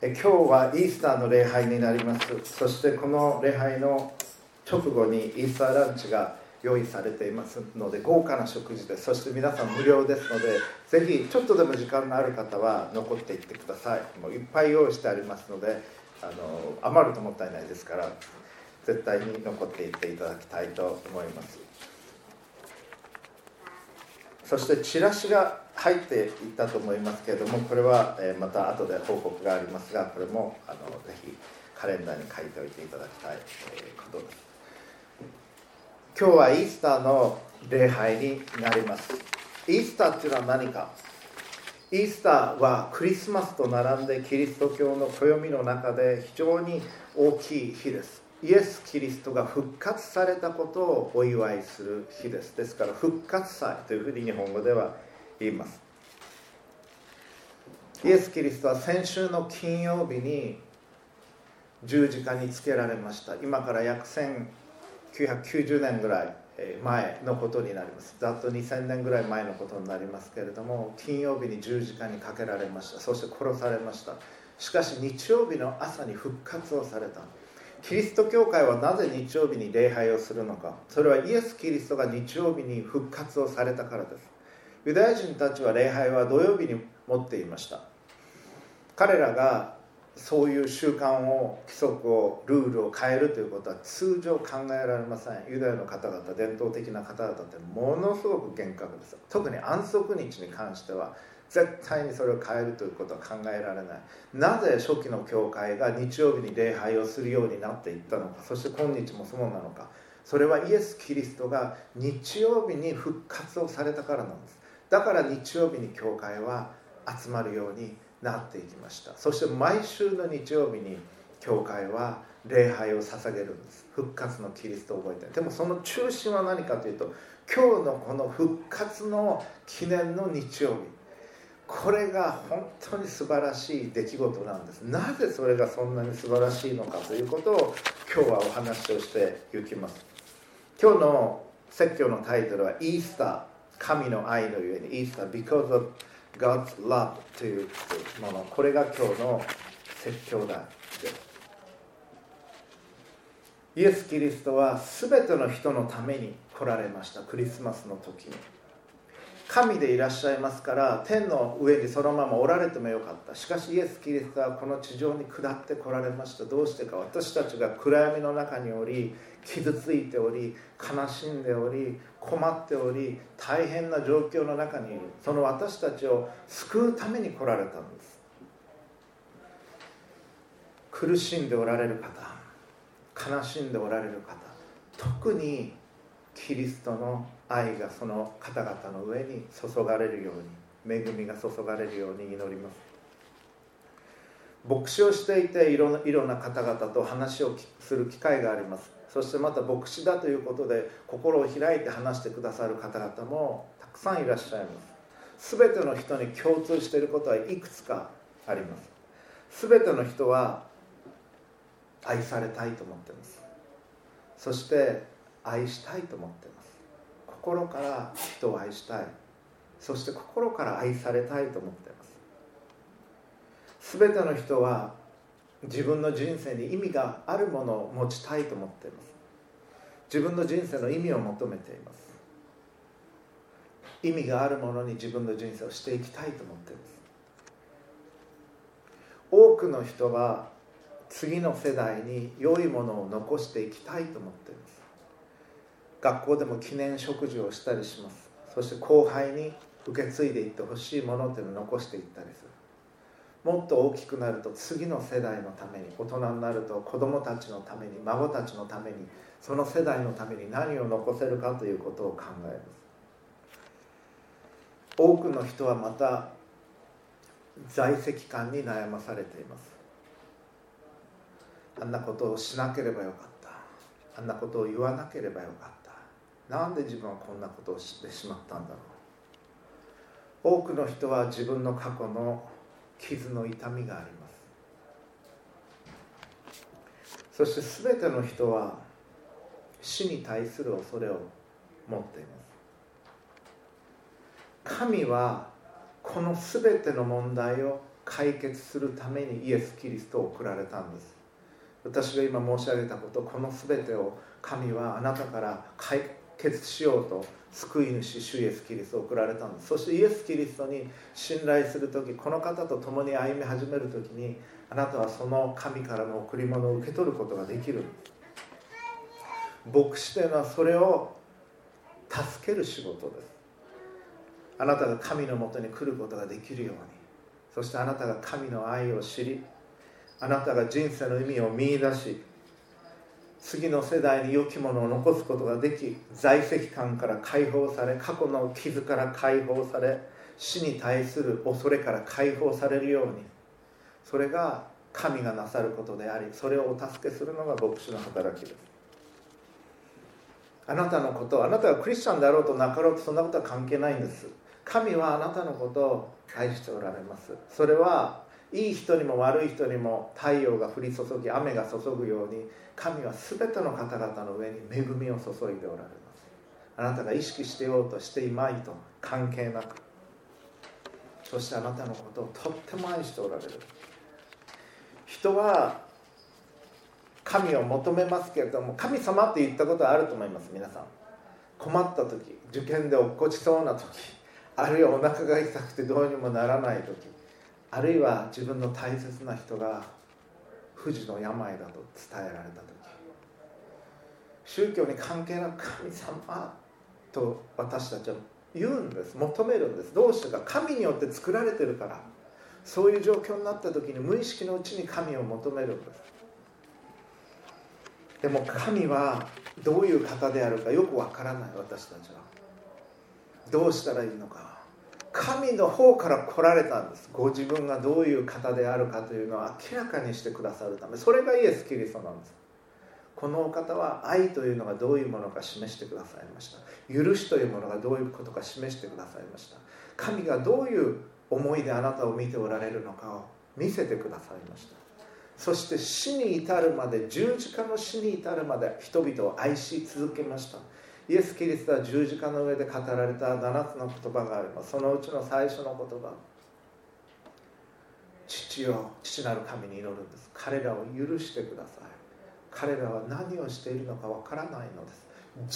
今日はイースターの礼拝になります。そしてこの礼拝の直後にイースターランチが用意されていますので、豪華な食事です。そして皆さん無料ですので、ぜひちょっとでも時間のある方は残っていってください。もういっぱい用意してありますので、余るともったいないですから、絶対に残っていっていただきたいと思います。そしてチラシが入っていったと思いますけれども、これはまた後で報告がありますが、これもぜひカレンダーに書いておいていただきたいことです。今日はイースターの礼拝になります。イースターっていうのは何か。イースターはクリスマスと並んでキリスト教の暦の中で非常に大きい日です。イエス・キリストが復活されたことをお祝いする日です。ですから復活祭というふうに日本語では言います。イエス・キリストは先週の金曜日に十字架につけられました。今から約1990年ぐらい前のことになります。ざっと2000年ぐらい前のことになりますけれども、金曜日に十字架にかけられました。そして殺されました。しかし日曜日の朝に復活をされた。キリスト教会はなぜ日曜日に礼拝をするのか。それはイエス・キリストが日曜日に復活をされたからです。ユダヤ人たちは礼拝は土曜日に持っていました。彼らがそういう習慣を、規則を、ルールを変えるということは通常考えられません。ユダヤの方々、伝統的な方々ってものすごく厳格です。特に安息日に関しては絶対にそれを変えるということは考えられない。なぜ初期の教会が日曜日に礼拝をするようになっていったのか、そして今日もそうなのか。それはイエス・キリストが日曜日に復活をされたからなんです。だから日曜日に教会は集まるようになっていきました。そして毎週の日曜日に教会は礼拝を捧げるんです。復活のキリストを覚えて。でもその中心は何かというと、今日のこの復活の記念の日曜日、これが本当に素晴らしい出来事なんです。なぜそれがそんなに素晴らしいのかということを今日はお話をしていきます。今日の説教のタイトルはイースター、神の愛のゆえに。イースター because of God's love というもの。これが今日の説教題です。イエス・キリストは全ての人のために来られました。クリスマスの時に神でいらっしゃいますから、天の上にそのままおられてもよかった。しかしイエス・キリストはこの地上に下って来られました。どうしてか。私たちが暗闇の中におり、傷ついており、悲しんでおり、困っており、大変な状況の中にいる、その私たちを救うために来られたんです。苦しんでおられる方、悲しんでおられる方、特にキリストの愛がその方々の上に注がれるように、恵みが注がれるように祈ります。牧師をしていていろんな方々と話をする機会があります。そしてまた牧師だということで心を開いて話してくださる方々もたくさんいらっしゃいます。全ての人に共通していることはいくつかあります。全ての人は愛されたいと思っています。そして愛したいと思っています。心から人を愛したい。そして心から愛されたいと思っています。全ての人は自分の人生に意味があるものを持ちたいと思っています。自分の人生の意味を求めています。意味があるものに自分の人生をしていきたいと思っています。多くの人は次の世代に良いものを残していきたいと思っています。学校でも記念植樹をしたりします。そして後輩に受け継いでいってほしいものというのを残していったりする。もっと大きくなると次の世代のために、大人になると子供たちのために、孫たちのために、その世代のために何を残せるかということを考えます。多くの人はまた在籍感に悩まされています。あんなことをしなければよかった、あんなことを言わなければよかった、なんで自分はこんなことをしてしまったんだろう。多くの人は自分の過去の傷の痛みがあります。そして全ての人は死に対する恐れを持っています。神はこの全ての問題を解決するためにイエス・キリストを送られたんです。私が今申し上げたこと、この全てを神はあなたから解決しようと救い主主イエス・キリストを送られたんです。そしてイエス・キリストに信頼するとき、この方と共に歩み始めるときに、あなたはその神からの贈り物を受け取ることができる。牧師というのはそれを助ける仕事です。あなたが神のもとに来ることができるように、そしてあなたが神の愛を知り、あなたが人生の意味を見出し、次の世代に良きものを残すことができ、在籍感から解放され、過去の傷から解放され、死に対する恐れから解放されるように、それが神がなさることであり、それをお助けするのが牧師の働きです。あなたのこと、あなたがクリスチャンであろうとなかろうと、そんなことは関係ないんです。神はあなたのことを愛しておられます。それはいい人にも悪い人にも太陽が降り注ぎ、雨が注ぐように、神は全ての方々の上に恵みを注いでおられます。あなたが意識してようとしていまいと関係なく、そしてあなたのことをとっても愛しておられる。人は神を求めますけれども、神様って言ったことはあると思います。皆さん困った時、受験で落っこちそうな時、あるいはお腹が痛くてどうにもならない時、あるいは自分の大切な人が不治の病だと伝えられた時、宗教に関係なく神様と私たちは言うんです。求めるんです。どうしてか、神によって作られてるから。そういう状況になった時に無意識のうちに神を求めるんです。でも神はどういう方であるかよくわからない。私たちはどうしたらいいのか。神の方から来られたんです。ご自分がどういう方であるかというのを明らかにしてくださるため、それがイエス・キリストなんです。このお方は愛というのがどういうものか示してくださいました。許しというものがどういうことか示してくださいました。神がどういう思いであなたを見ておられるのかを見せてくださいました。そして死に至るまで、十字架の死に至るまで人々を愛し続けました。イエス・キリストは十字架の上で語られた7つの言葉があります。そのうちの最初の言葉、父よ、父なる神に祈るんです。彼らを許してください。彼らは何をしているのかわからないのです。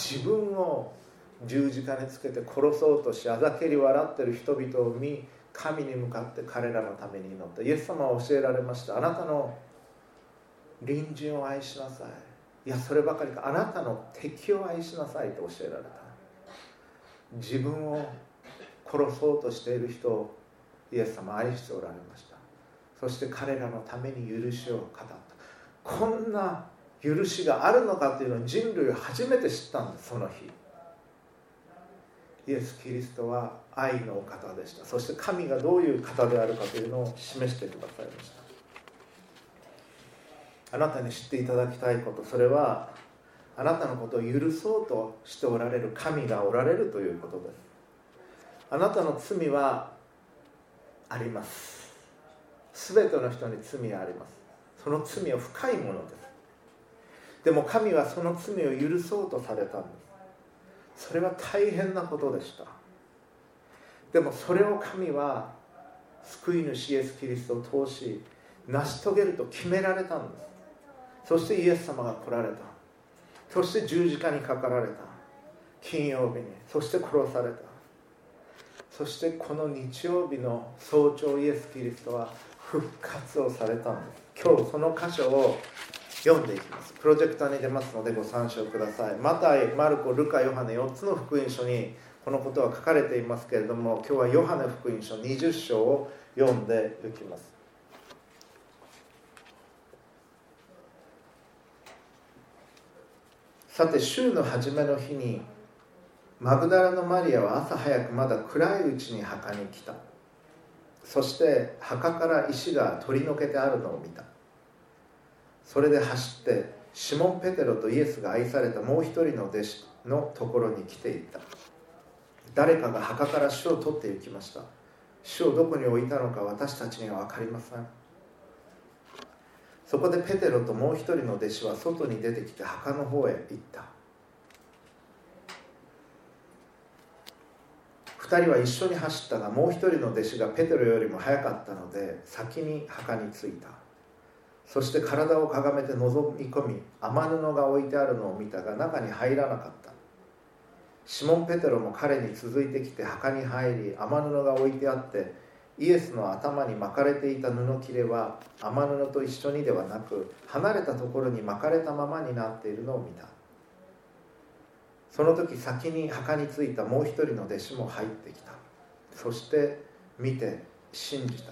自分を十字架につけて殺そうとし、あざけり笑っている人々を見、神に向かって彼らのために祈った。イエス様は教えられました。あなたの隣人を愛しなさい。いや、そればかりか、あなたの敵を愛しなさいと教えられた。自分を殺そうとしている人をイエス様は愛しておられました。そして彼らのために許しを語った。こんな許しがあるのかというのを人類は初めて知ったんです。その日イエス・キリストは愛のお方でした。そして神がどういう方であるかというのを示してくださいました。あなたに知っていただきたいこと、それはあなたのことを許そうとしておられる神がおられるということです。あなたの罪はあります。すべての人に罪はあります。その罪は深いものです。でも神はその罪を許そうとされたんです。それは大変なことでした。でもそれを神は救い主イエス・キリストを通し成し遂げると決められたんです。そしてイエス様が来られた。そして十字架にかかられた。金曜日に、そして殺された。そしてこの日曜日の早朝、イエス・キリストは復活をされたんです。今日その箇所を読んでいきます。プロジェクターに出ますのでご参照ください。マタイ、マルコ、ルカ、ヨハネ4つの福音書にこのことは書かれていますけれども、今日はヨハネ福音書20章を読んでいきます。さて、週の初めの日にマグダラのマリアは朝早くまだ暗いうちに墓に来た。そして墓から石が取り除けてあるのを見た。それで走ってシモン・ペテロとイエスが愛されたもう一人の弟子のところに来ていった。誰かが墓から主を取って行きました。主をどこに置いたのか私たちには分かりません。そこでペテロともう一人の弟子は外に出てきて墓の方へ行った。二 2人は一緒に走ったが、もう1人の弟子がペテロよりも早かったので先に墓に着いた。そして体をかがめて覗み込み、雨布が置いてあるのを見たが中に入らなかった。シモン・ペテロも彼に続いてきて墓に入り、雨布が置いてあってイエスの頭に巻かれていた布切れは雨布と一緒にではなく、離れたところに巻かれたままになっているのを見た。その時先に墓に着いたもう一人の弟子も入ってきた。そして見て信じた。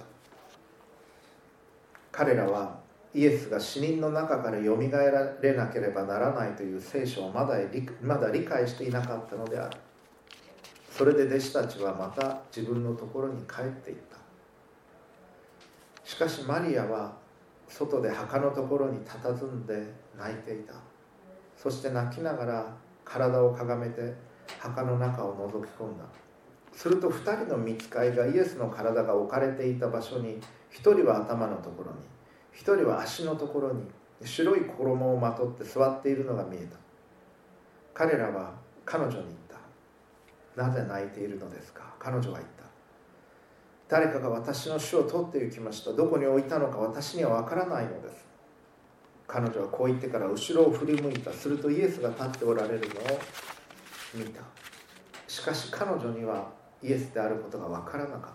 彼らはイエスが死人の中からよみがえられなければならないという聖書をまだ理解していなかったのである。それで弟子たちはまた自分のところに帰っていった。しかしマリアは外で墓のところに佇んで泣いていた。そして泣きながら体をかがめて墓の中を覗き込んだ。すると2人の御使いがイエスの体が置かれていた場所に、1人は頭のところに、1人は足のところに白い衣をまとって座っているのが見えた。彼らは彼女に言った。なぜ泣いているのですか。彼女は言った。誰かが私の主を取って行きました。どこに置いたのか私にはわからないのです。彼女はこう言ってから後ろを振り向いた。するとイエスが立っておられるのを見た。しかし彼女にはイエスであることがわからなかった。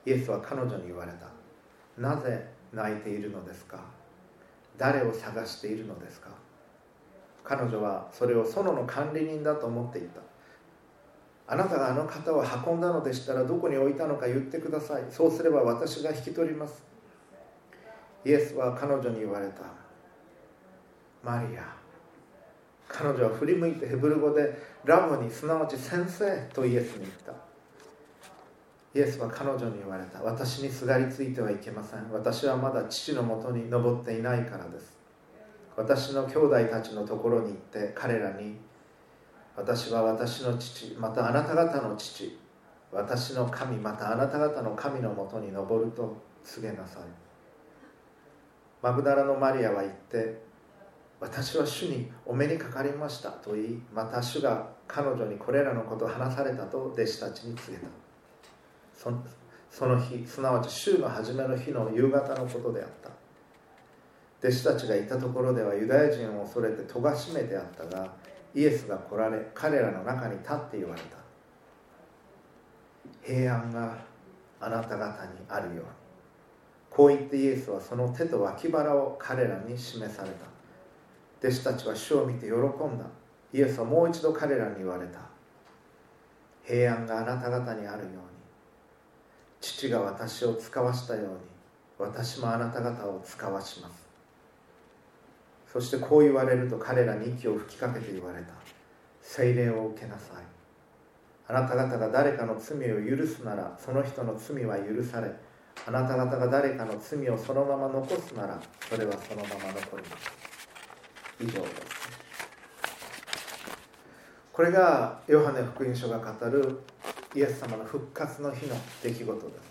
イエスは彼女に言われた。なぜ泣いているのですか。誰を探しているのですか。彼女はそれを園の管理人だと思っていた。あなたがあの方を運んだのでしたらどこに置いたのか言ってください。そうすれば私が引き取ります。イエスは彼女に言われた。マリア。彼女は振り向いてヘブル語でラボに、すなわち先生とイエスに言った。イエスは彼女に言われた。私にすがりついてはいけません。私はまだ父のもとに登っていないからです。私の兄弟たちのところに行って彼らに、私は私の父、またあなた方の父、私の神、またあなた方の神のもとに登ると告げなさい。マグダラのマリアは言って、私は主にお目にかかりましたと言い、また主が彼女にこれらのことを話されたと弟子たちに告げた。その日、すなわち週の初めの日の夕方のことであった。弟子たちがいたところではユダヤ人を恐れて戸が閉めてあったが、イエスが来られ彼らの中に立って言われた。平安があなた方にあるように。こう言ってイエスはその手と脇腹を彼らに示された。弟子たちは主を見て喜んだ。イエスはもう一度彼らに言われた。平安があなた方にあるように。父が私を使わしたように、私もあなた方を使わします。そしてこう言われると彼らに息を吹きかけて言われた。聖霊を受けなさい。あなた方が誰かの罪を許すなら、その人の罪は許され、あなた方が誰かの罪をそのまま残すなら、それはそのまま残ります。以上です。これがヨハネ福音書が語るイエス様の復活の日の出来事です。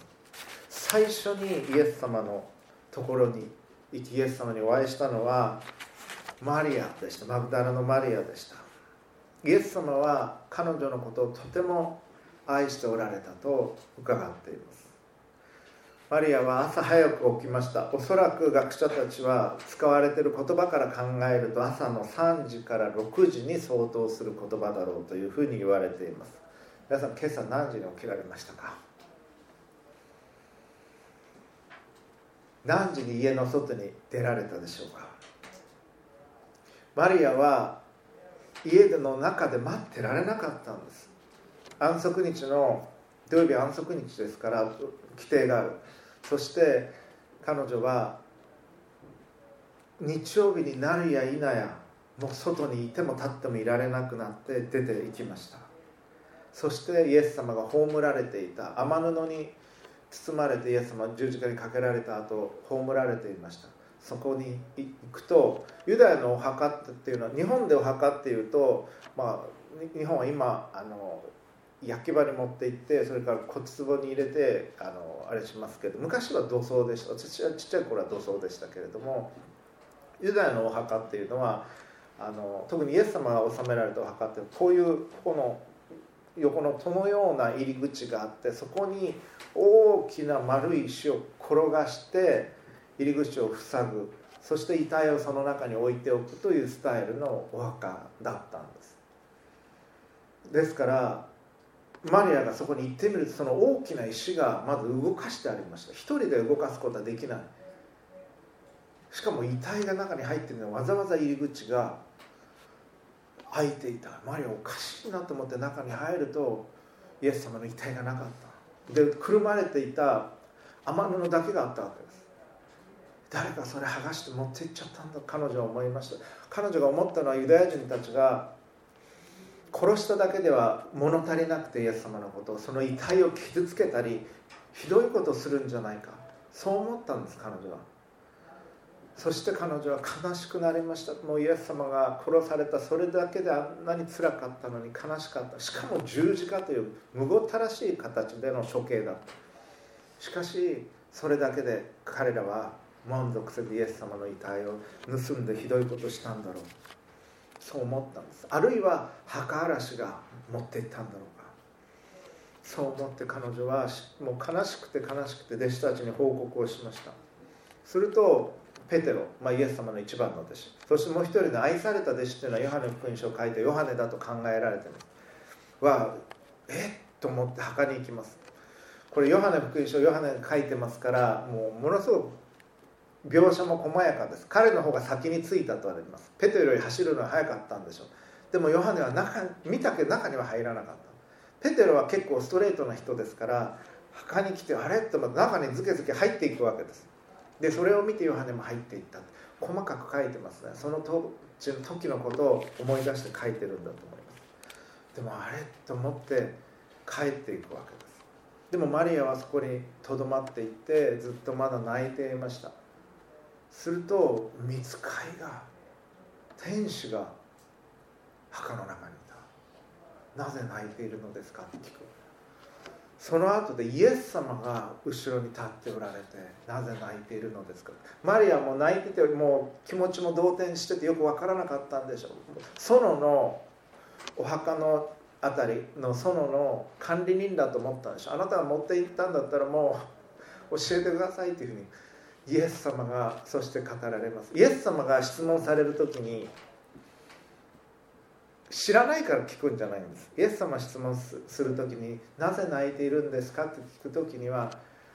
最初にイエス様のところに行き、イエス様にお会いしたのはマリアでした。マグダラのマリアでした。イエス様は彼女のことをとても愛しておられたと伺っています。マリアは朝早く起きました。おそらく学者たちは使われている言葉から考えると朝の3時から6時に相当する言葉だろうというふうに言われています。皆さん、今朝何時に起きられましたか？何時に家の外に出られたでしょうか？マリアは家の中で待ってられなかったんです。安息日の土曜日、安息日ですから規定がある。そして彼女は日曜日になるや否や、もう外にいても立ってもいられなくなって出て行きました。そしてイエス様が葬られていた雨布に包まれて、イエス様は十字架にかけられた後葬られていました。そこに行くと、ユダヤのお墓っていうのは、日本でお墓っていうと、日本は今焼き場に持って行って、それから骨壺に入れてあれしますけど、昔は土葬でした。私はちっちゃい頃は土葬でしたけれども、ユダヤのお墓っていうのは特にイエス様が納められたお墓って、こういうここの横の戸のような入り口があって、そこに大きな丸い石を転がして入り口を塞ぐ、そして遺体をその中に置いておくというスタイルのお墓だったんです。ですからマリアがそこに行ってみると、その大きな石がまず動かしてありました。一人で動かすことはできない。しかも遺体が中に入っているのにわざわざ入り口が開いていた。マリアおかしいなと思って中に入ると、イエス様の遺体がなかった。で、くるまれていた雨布だけがあったわけです。誰かそれ剥がして持って行っちゃったんだ、彼女は思いました。彼女が思ったのは、ユダヤ人たちが殺しただけでは物足りなくて、イエス様のことを、その遺体を傷つけたりひどいことをするんじゃないか、そう思ったんです、彼女は。そして彼女は悲しくなりました。もうイエス様が殺された、それだけであんなにつらかったのに悲しかった。しかも十字架というむごたらしい形での処刑だった。しかしそれだけで彼らは満足せず、イエス様の遺体を盗んでひどいことをしたんだろう、そう思ったんです。あるいは墓荒らしが持っていったんだろうか、そう思って彼女はもう悲しくて悲しくて弟子たちに報告をしました。するとペテロ、イエス様の一番の弟子、そしてもう一人の愛された弟子というのはヨハネ福音書を書いたヨハネだと考えられていますと思って墓に行きます。これヨハネ福音書、ヨハネが書いてますから、もうものすごく描写も細やかです。彼の方が先に着いたと言われます。ペテロより走るのは早かったんでしょう。でもヨハネは見たけど中には入らなかった。ペテロは結構ストレートな人ですから、墓に来てあれと思って中にズケズケ入っていくわけです。でそれを見てヨハネも入っていった。細かく書いてますね。その時のことを思い出して書いてるんだと思います。でもあれと思って帰っていくわけです。でもマリアはそこにとどまっていて、ずっとまだ泣いていました。すると御使いが、天使が墓の中にいた。なぜ泣いているのですかって聞く。その後でイエス様が後ろに立っておられて、なぜ泣いているのですか。マリアも泣いてて、もう気持ちも動転しててよくわからなかったんでしょう。園のお墓のあたりの園の管理人だと思ったんでしょう。あなたが持って行ったんだったらもう教えてくださいというふうにイエス様がそして語られます。イエス様が質問されるときに知らないから聞くんじゃないんです。イエス様が質問するときに、なぜ泣いているんですかって聞くときには、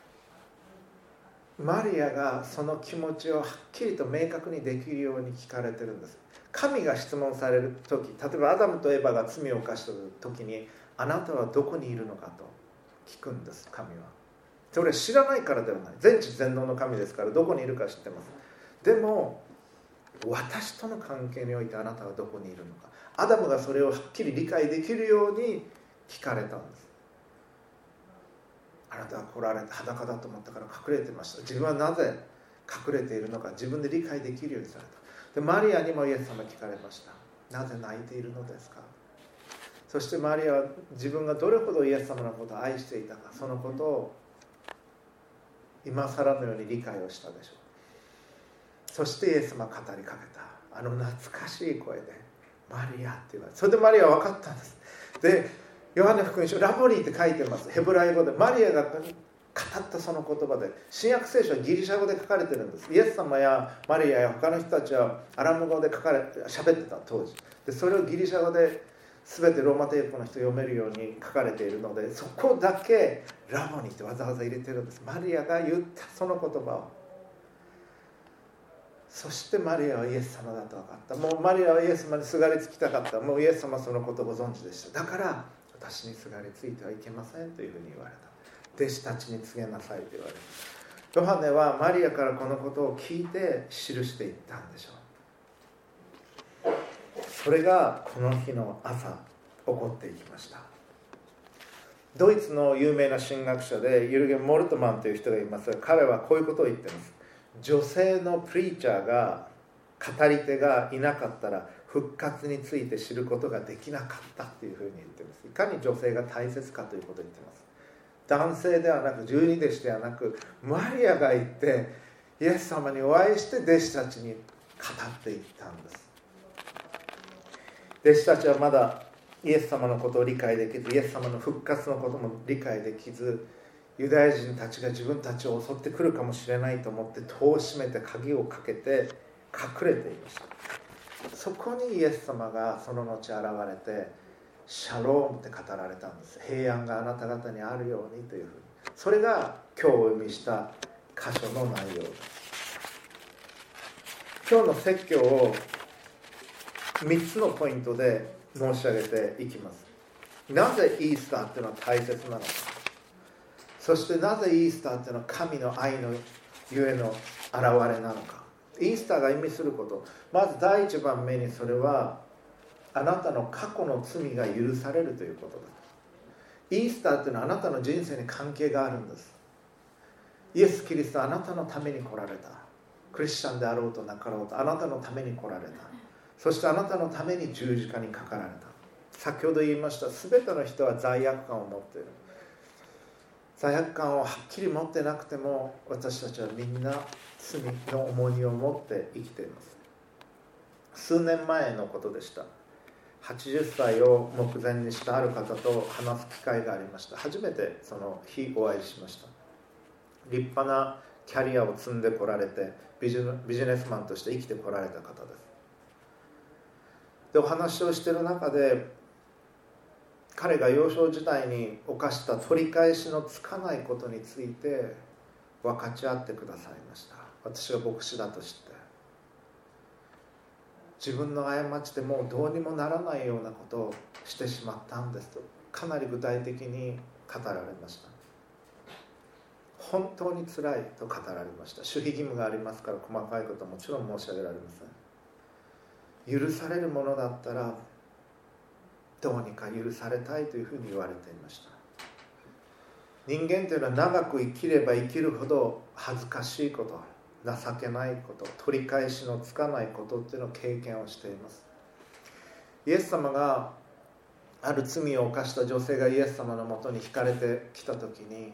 マリアがその気持ちをはっきりと明確にできるように聞かれてるんです。神が質問されるとき、例えばアダムとエバが罪を犯したときに、あなたはどこにいるのかと聞くんです。神はそれは知らないからではない。全知全能の神ですから、どこにいるか知ってます。でも私との関係においてあなたはどこにいるのか、アダムがそれをはっきり理解できるように聞かれたんです。あなたは来られて裸だと思ったから隠れてました。自分はなぜ隠れているのか自分で理解できるようにされた。でマリアにもイエス様聞かれました。なぜ泣いているのですか。そしてマリアは自分がどれほどイエス様のことを愛していたか、そのことを今更のように理解をしたでしょう。そしてイエス様は語りかけた。あの懐かしい声でマリアって言われて、それでマリアは分かったんです。でヨハネ福音書、ラボリーって書いてます。ヘブライ語でマリアが語ったその言葉で、新約聖書はギリシャ語で書かれてるんです。イエス様やマリアや他の人たちはアラム語で喋ってた当時で、それをギリシャ語で全てローマ帝国の人読めるように書かれているので、そこだけラボニーってわざわざ入れてるんです。マリアが言ったその言葉を。そしてマリアはイエス様だと分かった。もうマリアはイエス様にすがりつきたかった。もうイエス様はそのことをご存知でした。だから私にすがりついてはいけませんというふうに言われた。弟子たちに告げなさいと言われた。ヨハネはマリアからこのことを聞いて記していったんでしょう。それがこの日の朝起こっていきました。ドイツの有名な神学者でユルゲン・モルトマンという人がいますが、彼はこういうことを言っています。女性のプリーチャーが、語り手がいなかったら復活について知ることができなかったというふうに言っています。いかに女性が大切かということを言っています。男性ではなく、十二弟子ではなく、マリアが行ってイエス様にお会いして弟子たちに語っていったんです。弟子たちはまだイエス様のことを理解できず、イエス様の復活のことも理解できず、ユダヤ人たちが自分たちを襲ってくるかもしれないと思って戸を閉めて鍵をかけて隠れていました。そこにイエス様がその後現れて、シャロームって語られたんです。平安があなた方にあるようにというふうに。それが今日お読みした箇所の内容です。今日の説教を3つのポイントで申し上げていきます。なぜイースターっていうのは大切なのか、そしてなぜイースターっていうのは神の愛のゆえの現れなのか。イースターが意味すること、まず第一番目にそれはあなたの過去の罪が許されるということです。イースターっていうのはあなたの人生に関係があるんです。イエス・キリストはあなたのために来られた。クリスチャンであろうとなかろうとあなたのために来られた。そしてあなたのために十字架にかかられた。先ほど言いました、すべての人は罪悪感を持っている。罪悪感をはっきり持ってなくても、私たちはみんな罪の重荷を持って生きています。数年前のことでした。80歳を目前にしたある方と話す機会がありました。初めてその日お会いしました。立派なキャリアを積んでこられて、ビジネスマンとして生きてこられた方です。で、お話をしている中で、彼が幼少時代に犯した取り返しのつかないことについて分かち合ってくださいました。私が牧師だと知って、自分の過ちでもうどうにもならないようなことをしてしまったんですと、かなり具体的に語られました。本当につらいと語られました。守秘義務がありますから細かいことはもちろん申し上げられません。許されるものだったらどうにか許されたいというふうに言われていました。人間というのは長く生きれば生きるほど恥ずかしいこと、情けないこと、取り返しのつかないことっていうのを経験をしています。イエス様がある罪を犯した女性がイエス様のもとに惹かれてきた時に、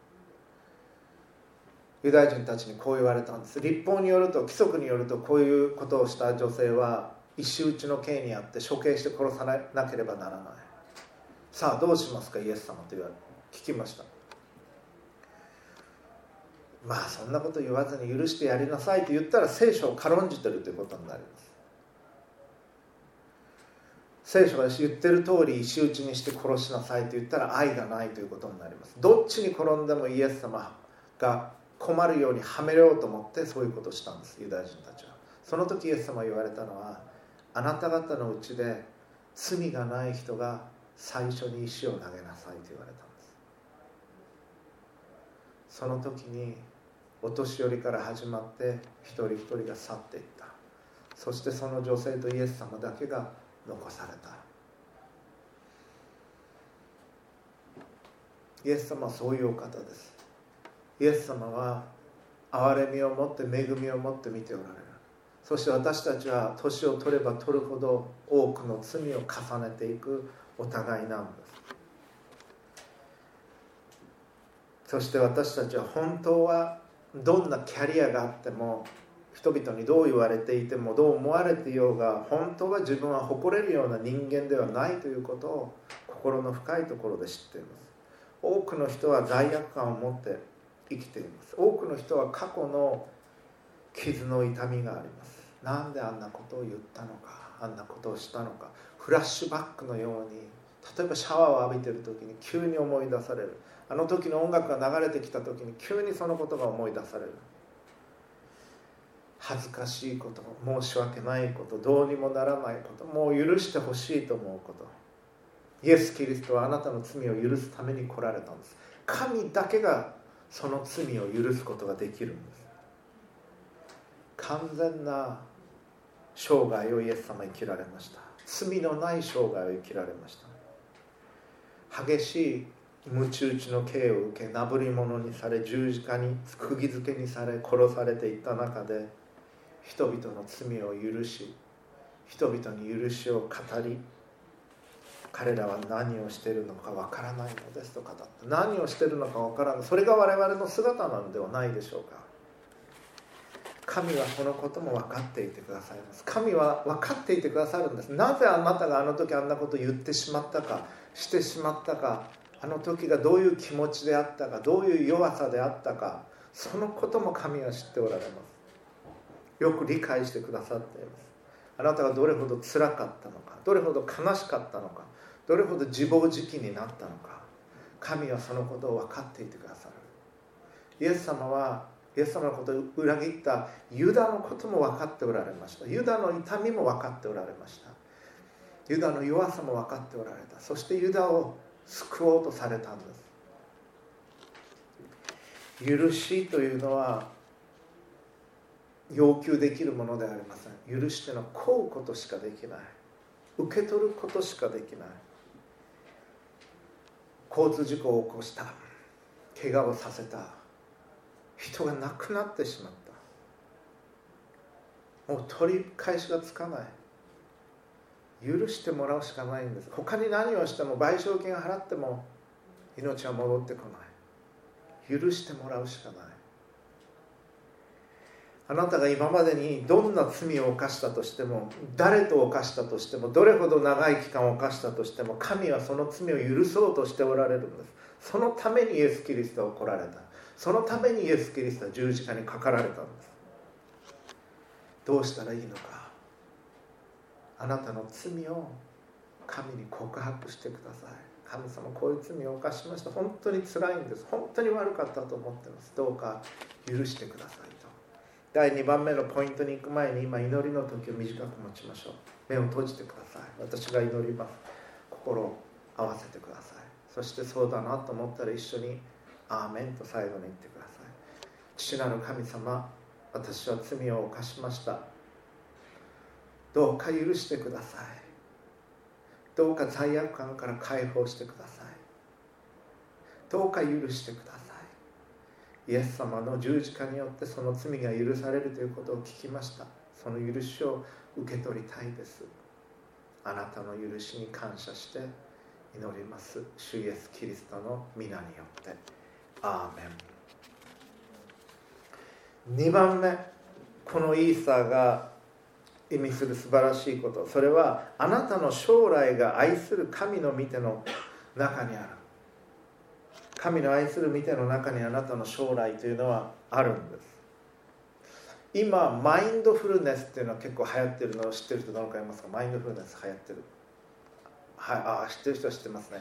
ユダヤ人たちにこう言われたんです。律法によると、規則によると、こういうことをした女性は石打ちの刑にあって処刑して殺さなければならない。さあどうしますかイエス様と聞きました。まあそんなこと言わずに許してやりなさいと言ったら聖書を軽んじてるということになります。聖書が言ってる通り石打ちにして殺しなさいと言ったら愛がないということになります。どっちに転んでもイエス様が困るようにはめようと思ってそういうことをしたんです、ユダヤ人たちは。その時イエス様が言われたのは、あなた方のうちで罪がない人が最初に石を投げなさいと言われたんです。その時にお年寄りから始まって一人一人が去っていった。そしてその女性とイエス様だけが残された。イエス様はそういうお方です。イエス様は憐れみを持って恵みを持って見ておられる。そして私たちは年を取れば取るほど多くの罪を重ねていくお互いなんです。そして私たちは本当はどんなキャリアがあっても、人々にどう言われていてもどう思われていようが、本当は自分は誇れるような人間ではないということを心の深いところで知っています。多くの人は罪悪感を持って生きています。多くの人は過去の傷の痛みがあります。なんであんなことを言ったのか、あんなことをしたのか。フラッシュバックのように、例えばシャワーを浴びている時に急に思い出される。あの時の音楽が流れてきた時に急にそのことが思い出される。恥ずかしいこと、申し訳ないこと、どうにもならないこと、もう許してほしいと思うこと。イエス・キリストはあなたの罪を許すために来られたんです。神だけがその罪を許すことができるんです。完全な生涯をイエス様は生きられました。罪のない生涯を生きられました。激しい鞭打ちの刑を受け、なぶり物にされ、十字架に釘付けにされ、殺されていった中で、人々の罪を許し、人々に許しを語り、彼らは何をしているのかわからないのですと語った。何をしているのかわからない、それが我々の姿なのではないでしょうか。 神はこのことも分かっていてくださいます。神は分かっていてくださるんです。なぜあなたがあの時あんなことを言ってしまったか、してしまったか、あの時がどういう気持ちであったか、どういう弱さであったか、そのことも神は知っておられます。よく理解してくださっています。あなたがどれほど辛かったのか、どれほど悲しかったのか、どれほど自暴自棄になったのか、神はそのことを分かっていてくださる。イエス様のことを裏切ったユダのことも分かっておられました。ユダの痛みも分かっておられました。ユダの弱さも分かっておられた。そしてユダを救おうとされたんです。許しというのは要求できるものではありません。許しての請うことしかできない。受け取ることしかできない。交通事故を起こした、怪我をさせた、人が亡くなってしまった、もう取り返しがつかない。許してもらうしかないんです。他に何をしても賠償金を払っても命は戻ってこない。許してもらうしかない。あなたが今までにどんな罪を犯したとしても、誰と犯したとしても、どれほど長い期間を犯したとしても、神はその罪を許そうとしておられるんです。そのためにイエス・キリストは来られた。そのためにイエス・キリストは十字架にかかられたんです。どうしたらいいのか。あなたの罪を神に告白してください。神様、こういう罪を犯しました。本当に辛いんです。本当に悪かったと思ってます。どうか許してくださいと。第2番目のポイントに行く前に、今祈りの時を短く持ちましょう。目を閉じてください。私が祈ります。心を合わせてください。そしてそうだなと思ったら一緒にアーメンと最後に言ってください。父なる神様、私は罪を犯しました。どうか許してください。どうか罪悪感から解放してください。どうか許してください。イエス様の十字架によってその罪が許されるということを聞きました。その許しを受け取りたいです。あなたの許しに感謝して祈ります。主イエスキリストの皆によってアーメン。2番目、このイースターが意味する素晴らしいこと、それはあなたの将来が愛する神の御手の中にある。神の愛する御手の中にあなたの将来というのはあるんです。今マインドフルネスっていうのは結構流行ってるのを知ってる人どのくらいいますか。マインドフルネス流行ってる、はい、知ってる人は知ってますね。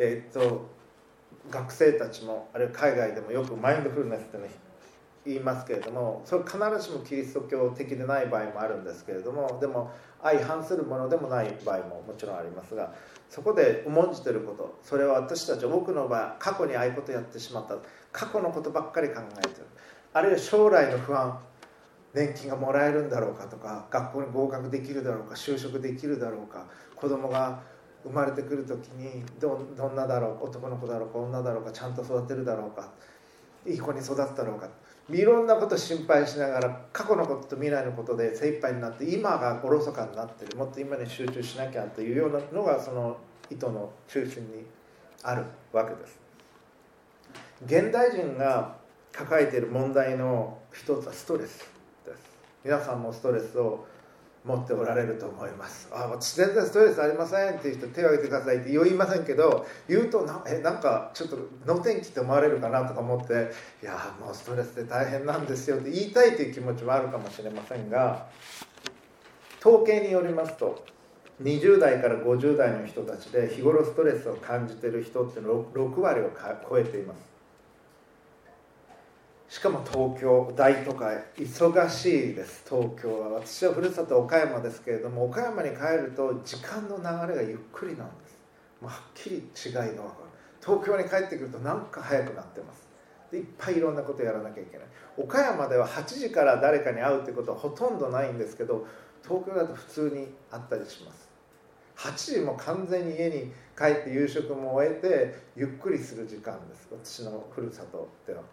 学生たちもあるいは海外でもよくマインドフルネスっていうのを言いますけれども、それ必ずしもキリスト教的でない場合もあるんですけれども、でも相反するものでもない場合ももちろんありますが、そこで重んじていること、それは私たち多くの場合過去にああいうことやってしまった、過去のことばっかり考えている、あるいは将来の不安、年金がもらえるんだろうかとか、学校に合格できるだろうか、就職できるだろうか、子供が生まれてくる時にどんなだろう、男の子だろうか女だろうか、ちゃんと育てるだろうか、いい子に育つだろうか、いろんなこと心配しながら過去のことと未来のことで精一杯になって、今がおろそかになっている、もっと今に集中しなきゃというようなのがその意図の中心にあるわけです。現代人が抱えている問題の一つはストレスです。皆さんもストレスを持っておられると思います。私全然ストレスありませんっていう人手を挙げてくださいって言いませんけど、言うとなんかちょっと能天気って思われるかなとか思って、いやもうストレスで大変なんですよって言いたいという気持ちもあるかもしれませんが、統計によりますと20代から50代の人たちで日頃ストレスを感じている人っていうのは6割を超えています。しかも東京大都会忙しいです。東京は、私はふるさと岡山ですけれども、岡山に帰ると時間の流れがゆっくりなんです。はっきり違いが分かる。東京に帰ってくるとなんか早くなってます。でいっぱいいろんなことやらなきゃいけない。岡山では8時から誰かに会うってことはほとんどないんですけど、東京だと普通にあったりします。8時も完全に家に帰って夕食も終えてゆっくりする時間です。私のふるさとでは。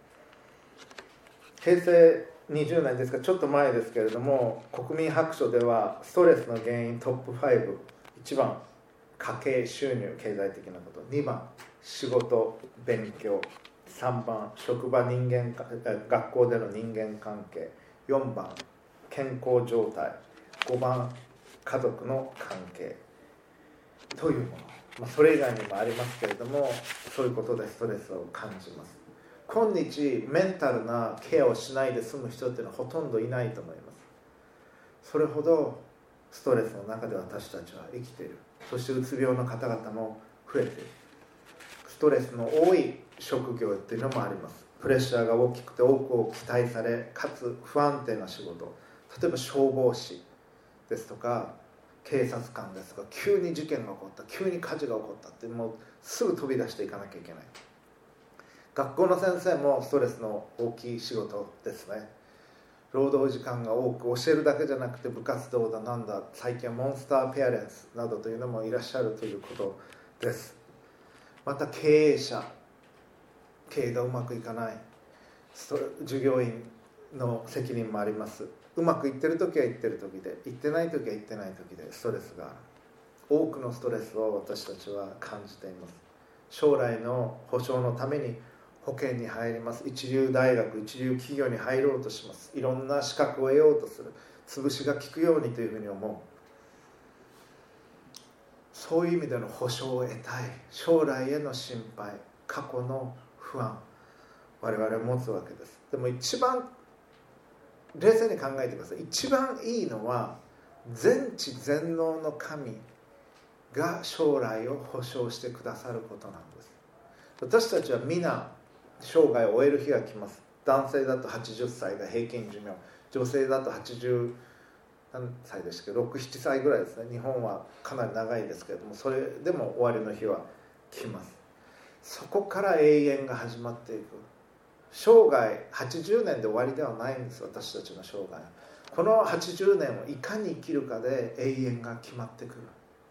平成20年ですからちょっと前ですけれども、国民白書ではストレスの原因トップ5、1番家計収入経済的なこと、2番仕事勉強、3番職場学校での人間関係、 4番健康状態、5番家族の関係というもの、それ以外にもありますけれども、そういうことでストレスを感じます。今日メンタルなケアをしないで済む人っていうのはほとんどいないと思います。それほどストレスの中で私たちは生きている。そしてうつ病の方々も増えている。ストレスの多い職業っていうのもあります。プレッシャーが大きくて多くを期待され、かつ不安定な仕事、例えば消防士ですとか警察官ですとか、急に事件が起こった、急に火事が起こったって、もうすぐ飛び出していかなきゃいけない。学校の先生もストレスの大きい仕事ですね。労働時間が多く、教えるだけじゃなくて部活動だなんだ、最近はモンスターペアレンスなどというのもいらっしゃるということです。また経営者、経営がうまくいかない、従業員の責任もあります。うまくいってる時はいってる時で、いってない時はいってない時でストレスがある。多くのストレスを私たちは感じています。将来の保障のために保険に入ります。一流大学、一流企業に入ろうとします。いろんな資格を得ようとする。潰しが効くようにというふうに思う。そういう意味での保障を得たい、将来への心配、過去の不安、我々は持つわけです。でも一番冷静に考えてください。一番いいのは全知全能の神が将来を保証してくださることなんです。私たちは皆生涯を終える日が来ます。男性だと80歳が平均寿命、女性だと80何歳でしたけど、6、7歳ぐらいですね。日本はかなり長いですけれども、それでも終わりの日は来ます。そこから永遠が始まっていく。生涯80年で終わりではないんです。私たちの生涯、この80年をいかに生きるかで永遠が決まってくる。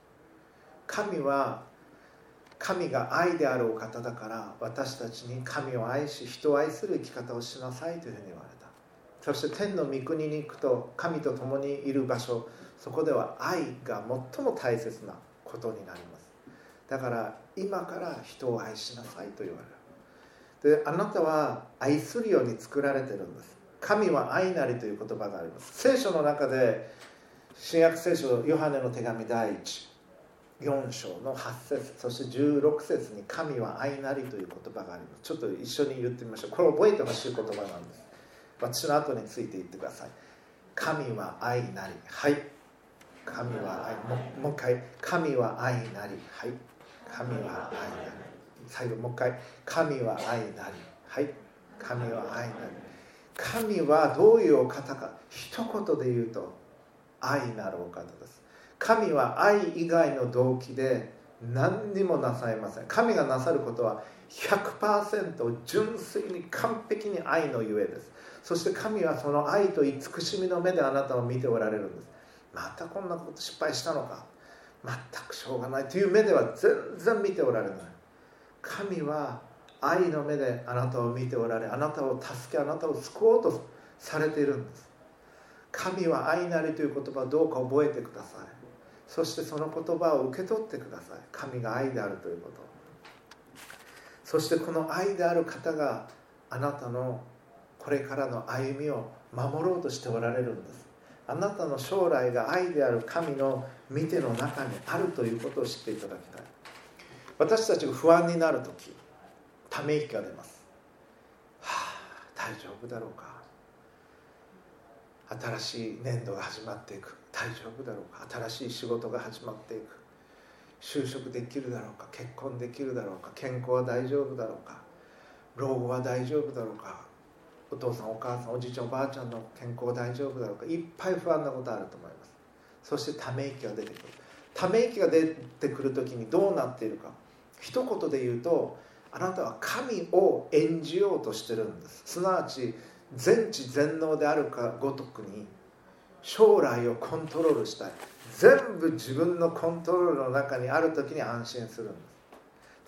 神が愛であるお方だから、私たちに神を愛し人を愛する生き方をしなさいというふうに言われた。そして天の御国に行くと、神と共にいる場所、そこでは愛が最も大切なことになります。だから今から人を愛しなさいと言われる。で、あなたは愛するように作られているんです。神は愛なりという言葉があります。聖書の中で、新約聖書ヨハネの手紙第4章の8節、そして16節に神は愛なりという言葉があります。ちょっと一緒に言ってみましょう。これ覚えてほしい言葉なんです。私の後について言ってください。神は愛なり。はい。神は愛。もう一回。神は愛なり。はい。神は愛なり。最後もう一回。神は愛なり。はい。神は愛なり。神はどういうお方か、一言で言うと愛なるお方です。神は愛以外の動機で何にもなさいません。神がなさることは 100% 純粋に完璧に愛のゆえです。そして神はその愛と慈しみの目であなたを見ておられるんです。またこんなこと失敗したのか、全くしょうがないという目では全然見ておられない。神は愛の目であなたを見ておられ、あなたを助け、あなたを救おうとされているんです。神は愛なりという言葉をどうか覚えてください。そしてその言葉を受け取ってください。神が愛であるということ。そしてこの愛である方があなたのこれからの歩みを守ろうとしておられるんです。あなたの将来が愛である神の見ての中にあるということを知っていただきたい。私たちが不安になるとき、ため息が出ます。大丈夫だろうか、新しい年度が始まっていく、大丈夫だろうか、新しい仕事が始まっていく、就職できるだろうか、結婚できるだろうか、健康は大丈夫だろうか、老後は大丈夫だろうか、お父さんお母さんおじいちゃんおばあちゃんの健康は大丈夫だろうか、いっぱい不安なことあると思います。そしてため息が出てくる。ため息が出てくるときにどうなっているか、一言で言うと、あなたは神を演じようとしてるんです。すなわち全知全能であるかごとくに将来をコントロールしたい。全部自分のコントロールの中にあるときに安心するんです。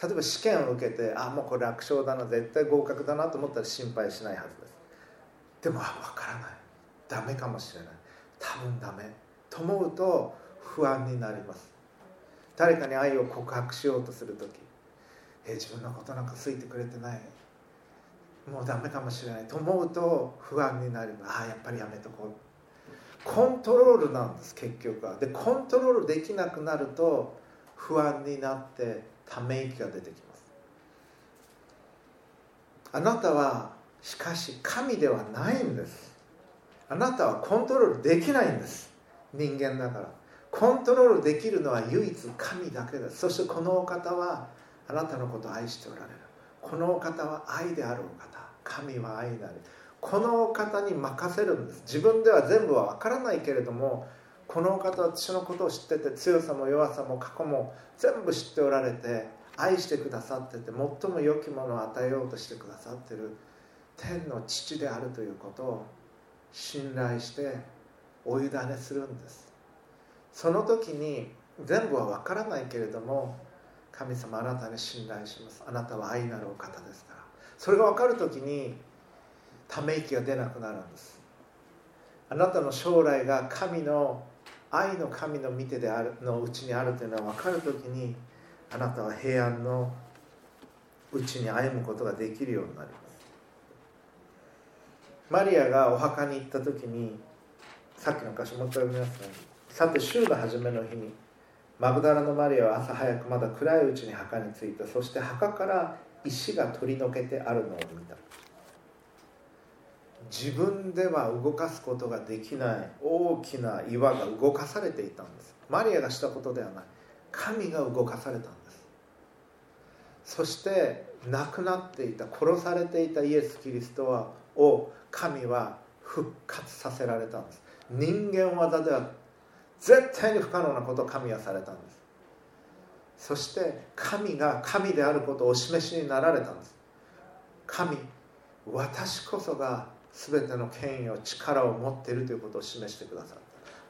例えば試験を受けて、もうこれ楽勝だな、絶対合格だなと思ったら心配しないはずです。でも分からない、ダメかもしれない、多分ダメと思うと不安になります。誰かに愛を告白しようとするとき、自分のことなんか好いてくれてない、 もうダメかもしれないと思うと不安になります。やっぱりやめとこう。コントロールなんです、結局は。でコントロールできなくなると不安になってため息が出てきます。あなたはしかし神ではないんです。あなたはコントロールできないんです。人間だから。コントロールできるのは唯一神だけです。そしてこのお方はあなたのことを愛しておられる。このお方は愛であるお方。神は愛なり。このお方に任せるんです。自分では全部は分からないけれども、このお方は私のことを知ってて、強さも弱さも過去も全部知っておられて、愛してくださってて、最も良きものを与えようとしてくださっている天の父であるということを信頼してお委ねするんです。その時に全部は分からないけれども、神様あなたに信頼します。あなたは愛なるお方ですから。それが分かる時にため息が出なくなるんです。あなたの将来が神の愛の神の御手であるのうちにあるというのは分かるときに、あなたは平安のうちに歩むことができるようになります。マリアがお墓に行ったときに、さっきの箇所もう一回読みますね。さて週の初めの日にマグダラのマリアは朝早くまだ暗いうちに墓に着いた。そして墓から石が取り除けてあるのを見た。自分では動かすことができない大きな岩が動かされていたんです。マリアがしたことではない、神が動かされたんです。そして亡くなっていた、殺されていたイエス・キリストを神は復活させられたんです。人間技では絶対に不可能なことを神はされたんです。そして神が神であることをお示しになられたんです。神、私こそが全ての権威を力を持っているということを示してくださった。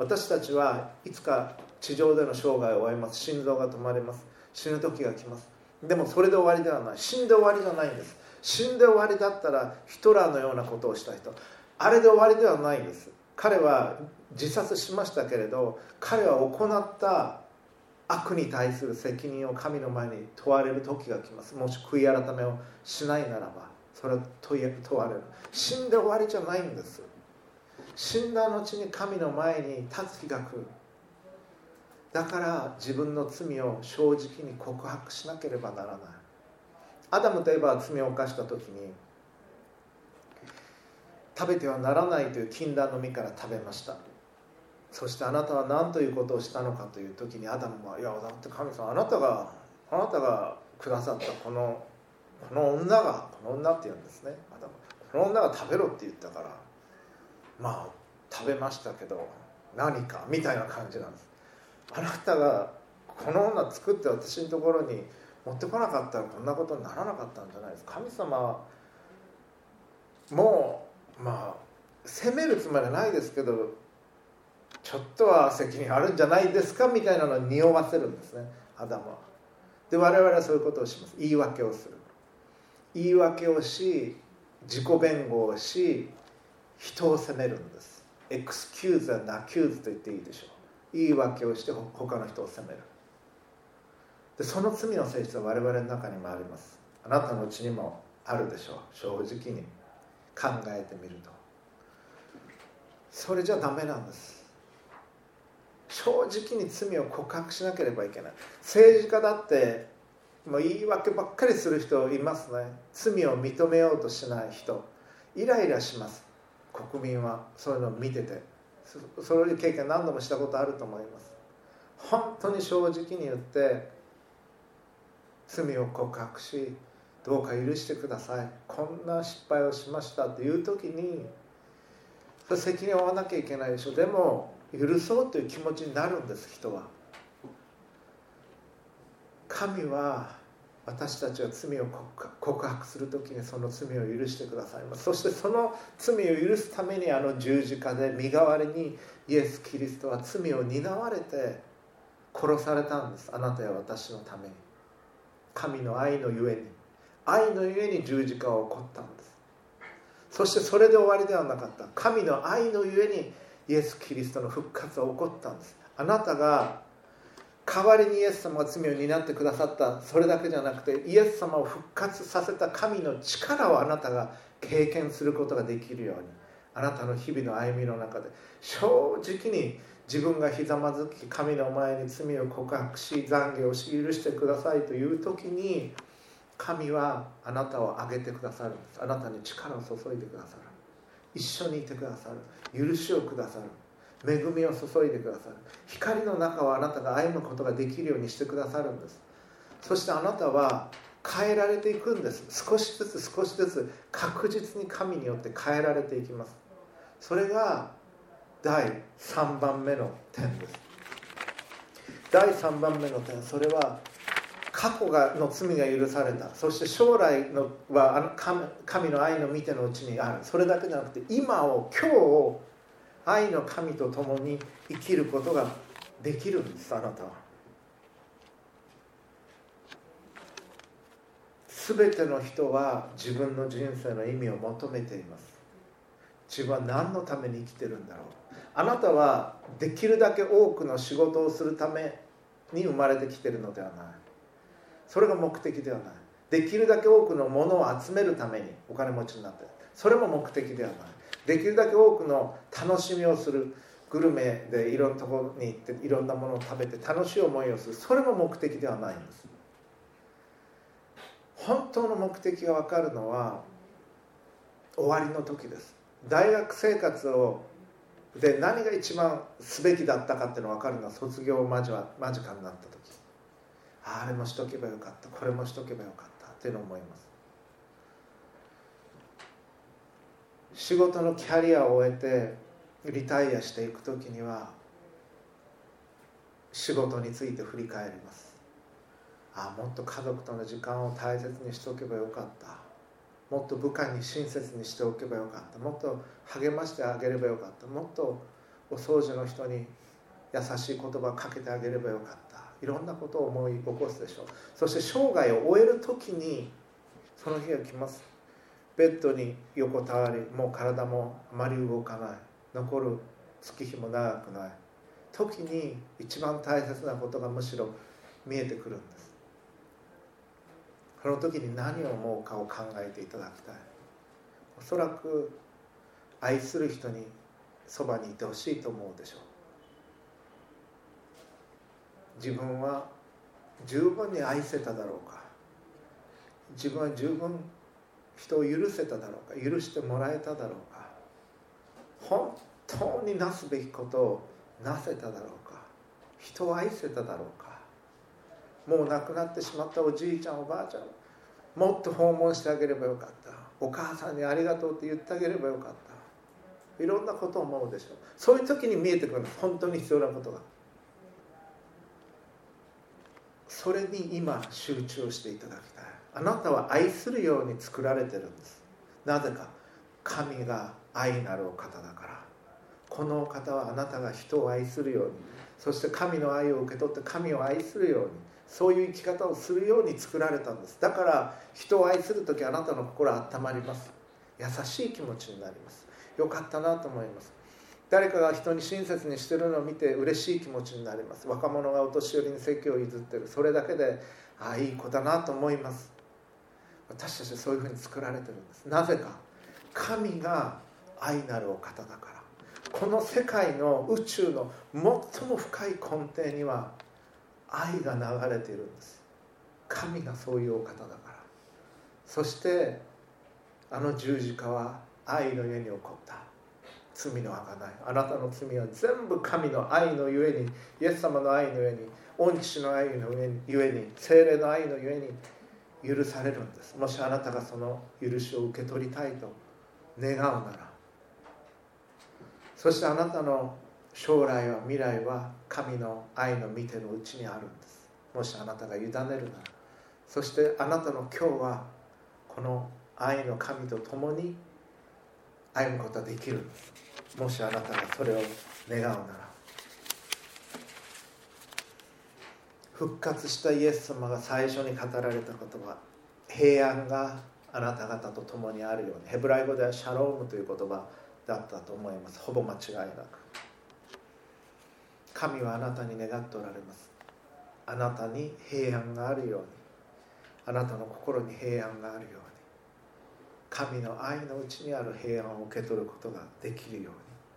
私たちはいつか地上での生涯を終えます。心臓が止まります。死ぬ時が来ます。でもそれで終わりではない。死んで終わりじゃないんです。死んで終わりだったらヒトラーのようなことをした人、あれで終わりではないんです。彼は自殺しましたけれど、彼は行った悪に対する責任を神の前に問われる時が来ます。もし悔い改めをしないならばそれは問われる。死んで終わりじゃないんです。死んだ後に神の前に立つ日が来る。だから自分の罪を正直に告白しなければならない。アダムとエバは罪を犯した時に、食べてはならないという禁断の実から食べました。そしてあなたは何ということをしたのかという時に、アダムは、いやだって神様、あなたがくださったこの女って言うんですね。アダム、この女が食べろって言ったから、まあ食べましたけど何かみたいな感じなんです。あなたがこの女作って私のところに持ってこなかったらこんなことにならなかったんじゃないですか。神様も責めるつもりはないですけど、ちょっとは責任あるんじゃないですかみたいなのを匂わせるんですね、アダムは。で我々はそういうことをします。言い訳をする。言い訳をし、自己弁護をし、人を責めるんです。エクスキューズ&アキューズと言っていいでしょう。言い訳をして他の人を責める。でその罪の性質は我々の中にもあります。あなたのうちにもあるでしょう。正直に考えてみると。それじゃダメなんです。正直に罪を告白しなければいけない。政治家だってもう言い訳ばっかりする人いますね。罪を認めようとしない人、イライラします。国民はそういうのを見てて、そういう経験何度もしたことあると思います。本当に正直に言って罪を告白し、どうか許してください、こんな失敗をしましたっていう時に、それ責任を負わなきゃいけないでしょ。でも許そうという気持ちになるんです。人は、神は私たちは罪を告白するときにその罪を許してくださいます。そしてその罪を許すために十字架で身代わりにイエス・キリストは罪を担われて殺されたんです。あなたや私のために。神の愛のゆえに十字架を起こったんです。そしてそれで終わりではなかった。神の愛のゆえにイエス・キリストの復活は起こったんです。あなたが代わりにイエス様が罪を担ってくださった、それだけじゃなくてイエス様を復活させた神の力をあなたが経験することができるように、あなたの日々の歩みの中で正直に自分がひざまずき神の前に罪を告白し懺悔をし許してくださいという時に、神はあなたを上げてくださるんです。あなたに力を注いでくださる、一緒にいてくださる、許しをくださる、恵みを注いでくださる、光の中をあなたが歩むことができるようにしてくださるんです。そしてあなたは変えられていくんです。少しずつ少しずつ確実に神によって変えられていきます。それが第3番目の点です。第3番目の点、それは過去の罪が許された、そして将来のは神の愛の御手のうちにある。それだけじゃなくて今を、今日を愛の神と共に生きることができるんです。あなたは全ての人は自分の人生の意味を求めています。自分は何のために生きてるんだろう。あなたはできるだけ多くの仕事をするために生まれてきているのではない。それが目的ではない。できるだけ多くのものを集めるためにお金持ちになっている、それも目的ではない。できるだけ多くの楽しみをする、グルメでいろんなところに行っていろんなものを食べて楽しい思いをする、それも目的ではないんです。本当の目的が分かるのは終わりの時です。大学生活で何が一番すべきだったかっていうのが分かるのは卒業間近になった時、あれもしとけばよかった、これもしとけばよかったっていうのを思います。仕事のキャリアを終えてリタイアしていく時には仕事について振り返ります。もっと家族との時間を大切にしておけばよかった、もっと部下に親切にしておけばよかった、もっと励ましてあげればよかった、もっとお掃除の人に優しい言葉をかけてあげればよかった、いろんなことを思い起こすでしょう。そして生涯を終える時にその日が来ます。ベッドに横たわり、もう体もあまり動かない、残る月日も長くない時に一番大切なことがむしろ見えてくるんです。この時に何を思うかを考えていただきたい。おそらく愛する人にそばにいてほしいと思うでしょう。自分は十分に愛せただろうか、自分は十分人を許せただろうか、許してもらえただろうか、本当になすべきことをなせただろうか、人を愛せただろうか、もう亡くなってしまったおじいちゃんおばあちゃんもっと訪問してあげればよかった、お母さんにありがとうって言ってあげればよかった、いろんなことを思うでしょう。そういう時に見えてくるんです、本当に必要なことが。それに今集中していただきたい。あなたは愛するように作られてるんです。なぜか、神が愛なるお方だから。このお方はあなたが人を愛するように、そして神の愛を受け取って神を愛するように、そういう生き方をするように作られたんです。だから人を愛するときあなたの心は温まります。優しい気持ちになります。よかったなと思います。誰かが人に親切にしてるのを見て嬉しい気持ちになります。若者がお年寄りに説教を譲ってる、それだけでいい子だなと思います。私たちはそういうふうに作られてるんです。なぜか、神が愛なるお方だから。この世界の宇宙の最も深い根底には愛が流れているんです。神がそういうお方だから。そしてあの十字架は愛のゆえに起こった罪の贖い、あなたの罪は全部神の愛のゆえに、イエス様の愛のゆえに、御父の愛のゆえに、聖霊の愛のゆえに許されるんです。もしあなたがその許しを受け取りたいと願うなら、そしてあなたの将来は未来は神の愛の御手のうちにあるんです。もしあなたが委ねるなら、そしてあなたの今日はこの愛の神と共に歩むことができるんです。もしあなたがそれを願うなら。復活したイエス様が最初に語られた言葉、平安があなた方と共にあるように、ヘブライ語ではシャロームという言葉だったと思います。ほぼ間違いなく神はあなたに願っておられます。 あなたに平安があるように、あなたの心に平安があるように、神の愛のうちにある平安を受け取ることができるように。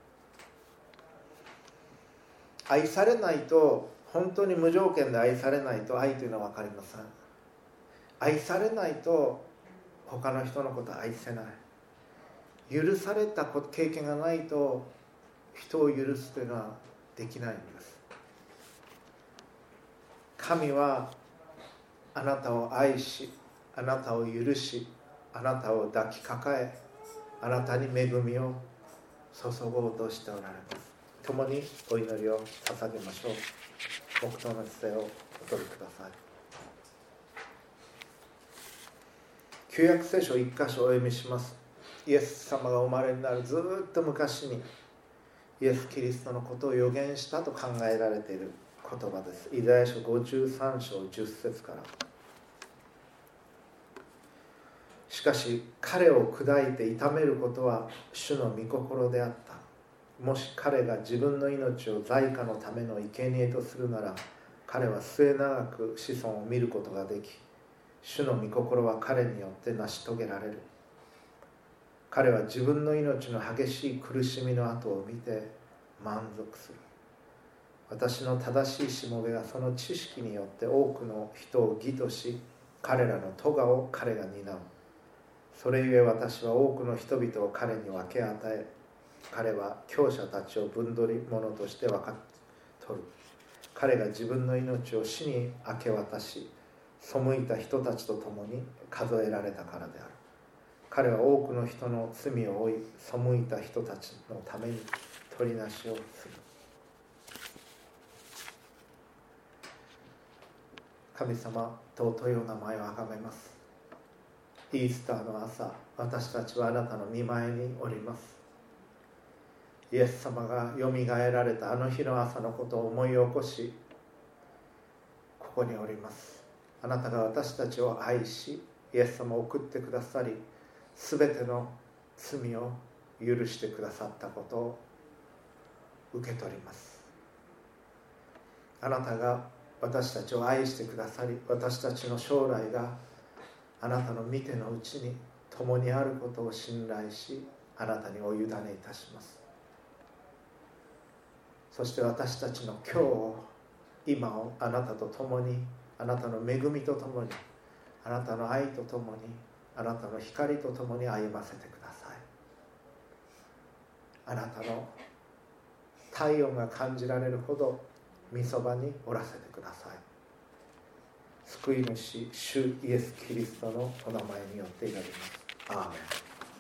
愛されないと、本当に無条件で愛されないと愛というのは分かりません。愛されないと他の人のことを愛せない。許された経験がないと人を許すというのはできないんです。神はあなたを愛し、あなたを許し、あなたを抱きかかえ、あなたに恵みを注ごうとしておられます。共にお祈りを捧げましょう。黙祷の姿勢をお取りください。旧約聖書1箇所お読みします。イエス様がお生まれになるずっと昔にイエス・キリストのことを予言したと考えられている言葉です。イザヤ書53章10節から。しかし彼を砕いて痛めることは主の御心であった。もし彼が自分の命を罪過のための生贄とするなら、彼は末永く子孫を見ることができ、主の御心は彼によって成し遂げられる。彼は自分の命の激しい苦しみの後を見て満足する。私の正しいしもべはその知識によって多くの人を義とし、彼らの咎を彼が担う。それゆえ私は多くの人々を彼に分け与え、彼は強者たちを分取り者として分かっ取る。彼が自分の命を死に明け渡し、背いた人たちと共に数えられたからである。彼は多くの人の罪を負い、背いた人たちのために取りなしをする。神様、尊いお名前をあがめます。イースターの朝、私たちはあなたの御前におります。イエス様がよみがえられたあの日の朝のことを思い起こし、ここにおります。あなたが私たちを愛し、イエス様を送ってくださり、すべての罪を許してくださったことを受け取ります。あなたが私たちを愛してくださり、私たちの将来があなたの御手のうちに共にあることを信頼し、あなたにお委ねいたします。そして私たちの今日を、今をあなたと共に、あなたの恵みと共に、あなたの愛と共に、あなたの光と共に歩ませてください。あなたの体温が感じられるほど御そばにおらせてください。救い主主イエス・キリストのお名前によって祈ります。アーメン。